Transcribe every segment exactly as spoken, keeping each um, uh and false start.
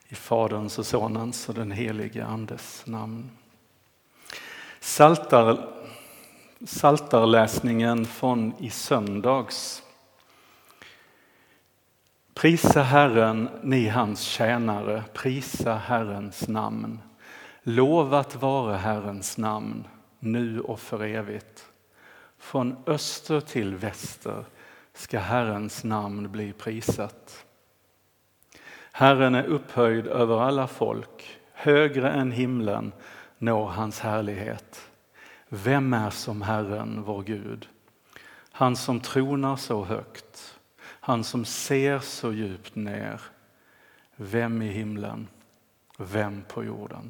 I Faderns och Sonens och den helige Andes namn. Saltar, saltarläsningen från i söndags. Prisa Herren, ni hans tjänare, prisa Herrens namn. Lovat vare Herrens namn, nu och för evigt. Från öster till väster ska Herrens namn bli prisat. Herren är upphöjd över alla folk, högre än himlen når hans härlighet. Vem är som Herren, vår Gud? Han som tronar så högt, han som ser så djupt ner. Vem i himlen, vem på jorden?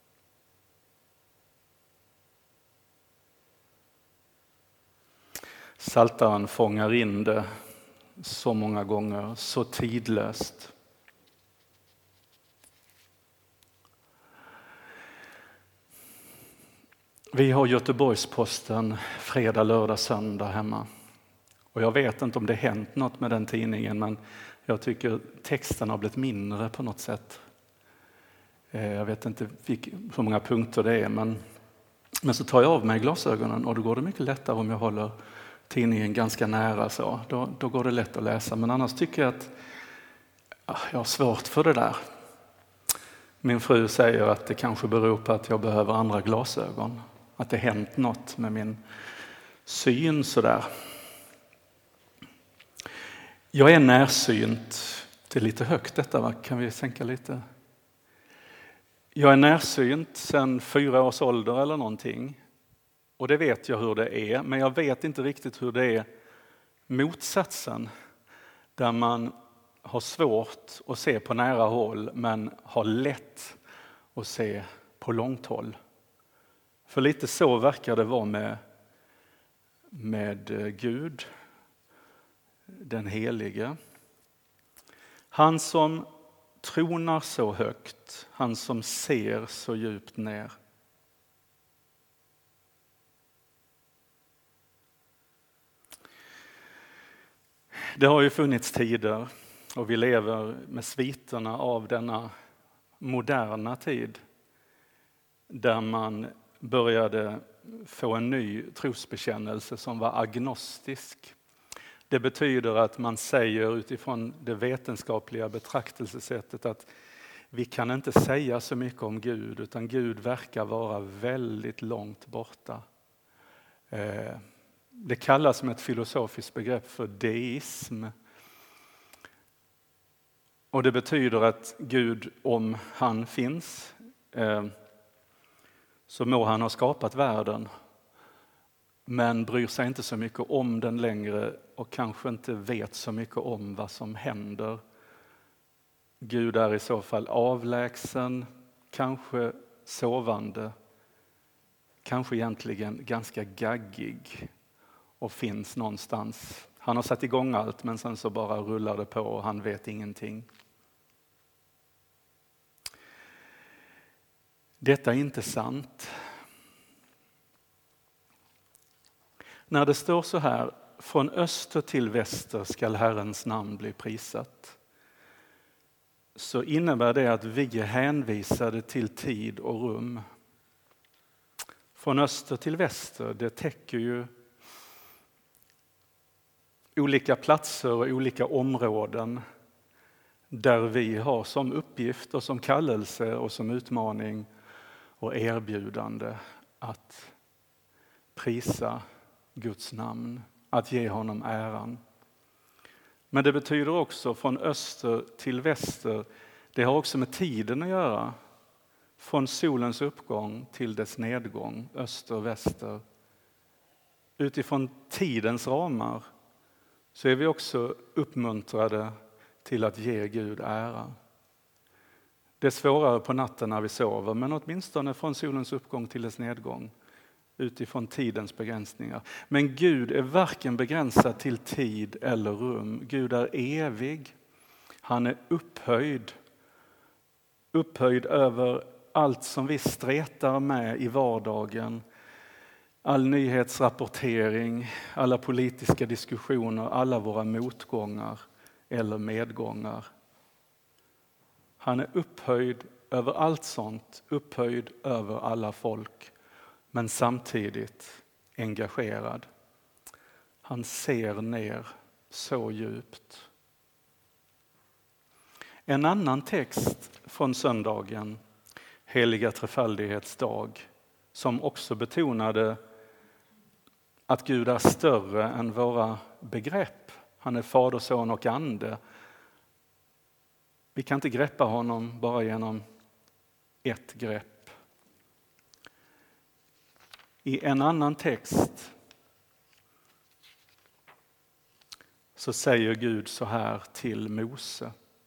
Psaltaren fångar in det så många gånger, så tidlöst. Vi har Göteborgs-Posten fredag, lördag, söndag hemma. Och jag vet inte om det hänt något med den tidningen, men jag tycker texten har blivit mindre på något sätt. Jag vet inte hur många punkter det är, men, men så tar jag av mig glasögonen och då går det mycket lättare om jag håller tidningen ganska nära. Så. Då, då går det lätt att läsa, men annars tycker jag att ja, jag har svårt för det där. Min fru säger att det kanske beror på att jag behöver andra glasögon. Att det hänt något med min syn sådär. Jag är närsynt. Det är lite högt detta, va? Kan vi sänka lite? Jag är närsynt sedan fyra års ålder eller någonting. Och det vet jag hur det är. Men jag vet inte riktigt hur det är motsatsen. Där man har svårt att se på nära håll men har lätt att se på långt håll. För lite så verkar det vara med, med Gud, den helige. Han som tronar så högt, han som ser så djupt ner. Det har ju funnits tider och vi lever med sviterna av denna moderna tid där man började få en ny trosbekännelse som var agnostisk. Det betyder att man säger utifrån det vetenskapliga betraktelsesättet att vi kan inte säga så mycket om Gud, utan Gud verkar vara väldigt långt borta. Det kallas med ett filosofiskt begrepp för deism. Och det betyder att Gud, om han finns, så må han ha skapat världen. Men bryr sig inte så mycket om den längre och kanske inte vet så mycket om vad som händer. Gud är i så fall avlägsen, kanske sovande, kanske egentligen ganska gaggig och finns någonstans. Han har satt igång allt men sen så bara rullar det på och han vet ingenting. Detta är inte sant. När det står så här, från öster till väster skall Herrens namn bli prisat, så innebär det att vi är hänvisade till tid och rum. Från öster till väster, det täcker ju olika platser och olika områden där vi har som uppgift och som kallelse och som utmaning och erbjudande att prisa Guds namn, att ge honom äran. Men det betyder också från öster till väster, det har också med tiden att göra. Från solens uppgång till dess nedgång, öster, väster. Utifrån tidens ramar så är vi också uppmuntrade till att ge Gud ära. Det är svårare på natten när vi sover, men åtminstone från solens uppgång till dess nedgång. Utifrån tidens begränsningar. Men Gud är varken begränsad till tid eller rum. Gud är evig. Han är upphöjd. Upphöjd över allt som vi stretar med i vardagen. All nyhetsrapportering, alla politiska diskussioner, alla våra motgångar eller medgångar. Han är upphöjd över allt sånt, upphöjd över alla folk, men samtidigt engagerad. Han ser ner så djupt. En annan text från söndagen, heliga trefaldighetsdag, som också betonade att Gud är större än våra begrepp. Han är fader, son och ande. Vi kan inte greppa honom bara genom ett grepp. I en annan text så säger Gud så här till Mose.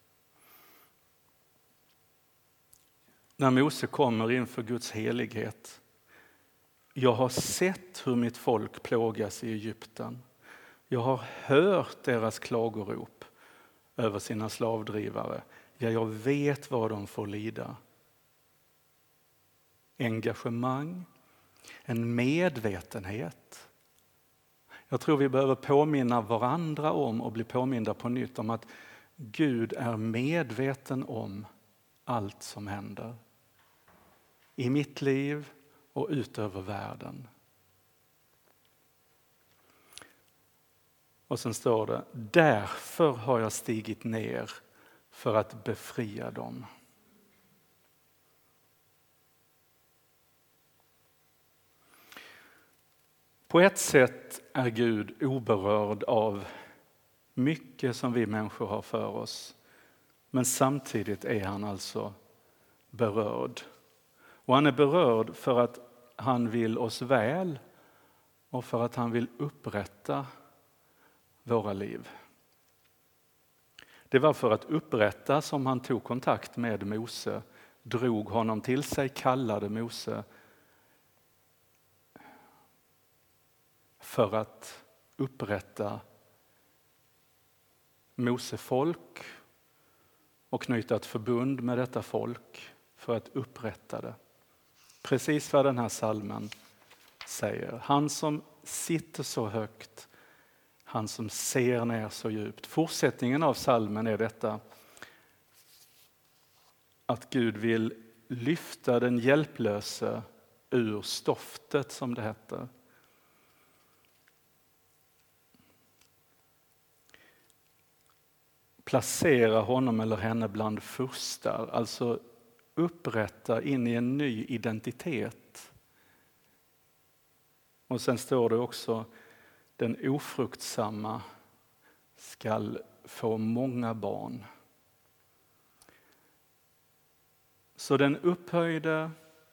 När Mose kommer inför Guds helighet. Jag har sett hur mitt folk plågas i Egypten. Jag har hört deras klagorop över sina slavdrivare. Ja, jag vet vad de får lida. Engagemang, en medvetenhet. Jag tror vi behöver påminna varandra om och bli påminda på nytt om att Gud är medveten om allt som händer. I mitt liv och utöver världen. Och sen står det, därför har jag stigit ner för att befria dem. På ett sätt är Gud oberörd av mycket som vi människor har för oss. Men samtidigt är han alltså berörd. Och han är berörd för att han vill oss väl och för att han vill upprätta våra liv. Det var för att upprätta som han tog kontakt med Mose, drog honom till sig, kallade Mose för att upprätta Mose folk och knyta ett förbund med detta folk för att upprätta det. Precis vad den här salmen säger. Han som sitter så högt, han som ser ner så djupt. Fortsättningen av salmen är detta. Att Gud vill lyfta den hjälplöse ur stoftet, som det heter. Placera honom eller henne bland furstar, alltså upprätta in i en ny identitet. Och sen står det också, den ofruktsamma skall få många barn. Så den upphöjde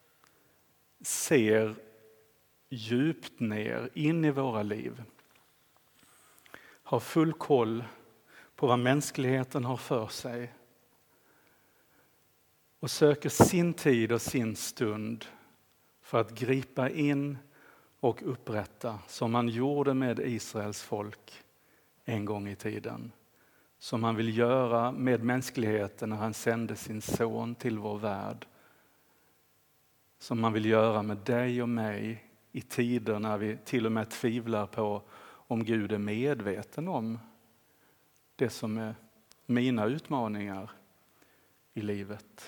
ser djupt ner in i våra liv. Har full koll på vad mänskligheten har för sig. Och söker sin tid och sin stund för att gripa in och upprätta som han gjorde med Israels folk en gång i tiden. Som han vill göra med mänskligheten när han sände sin son till vår värld. Som han vill göra med dig och mig i tider när vi till och med tvivlar på om Gud är medveten om det som är mina utmaningar i livet.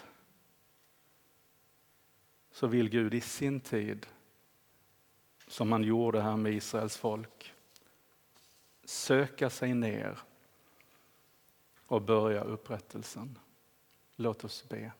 Så vill Gud i sin tid, som han gjorde här med Israels folk, söka sig ner och börja upprättelsen. Låt oss be.